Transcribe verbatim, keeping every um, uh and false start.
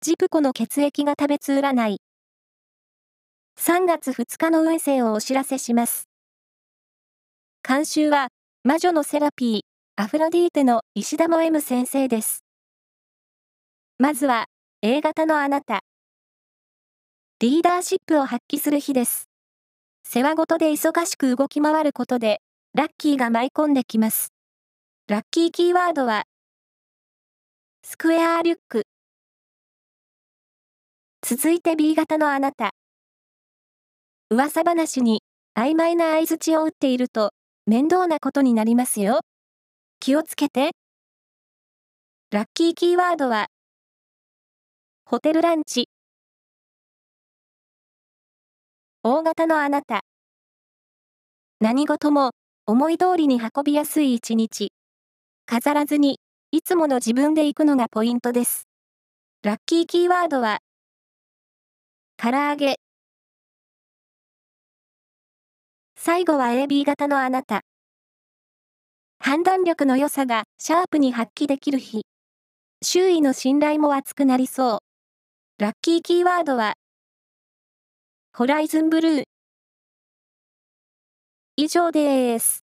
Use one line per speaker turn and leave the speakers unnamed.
ジプコの血液が食べつ占い。さんがつふつかの運勢をお知らせします。監修は、魔女のセラピー、アフロディーテの石田も M 先生です。まずは、A 型のあなた。リーダーシップを発揮する日です。世話事で忙しく動き回ることで、ラッキーが舞い込んできます。ラッキーキーワードは、スクエアリュック。続いて B 型のあなた。噂話に曖昧な相槌を打っていると面倒なことになりますよ。気をつけて。ラッキーキーワードはホテルランチ。大型のあなた。何事も思い通りに運びやすい一日。飾らずにいつもの自分で行くのがポイントです。ラッキーキーワードは唐揚げ。最後は エービー 型のあなた。判断力の良さがシャープに発揮できる日。周囲の信頼も厚くなりそう。ラッキーキーワードはホライズンブルー。以上です。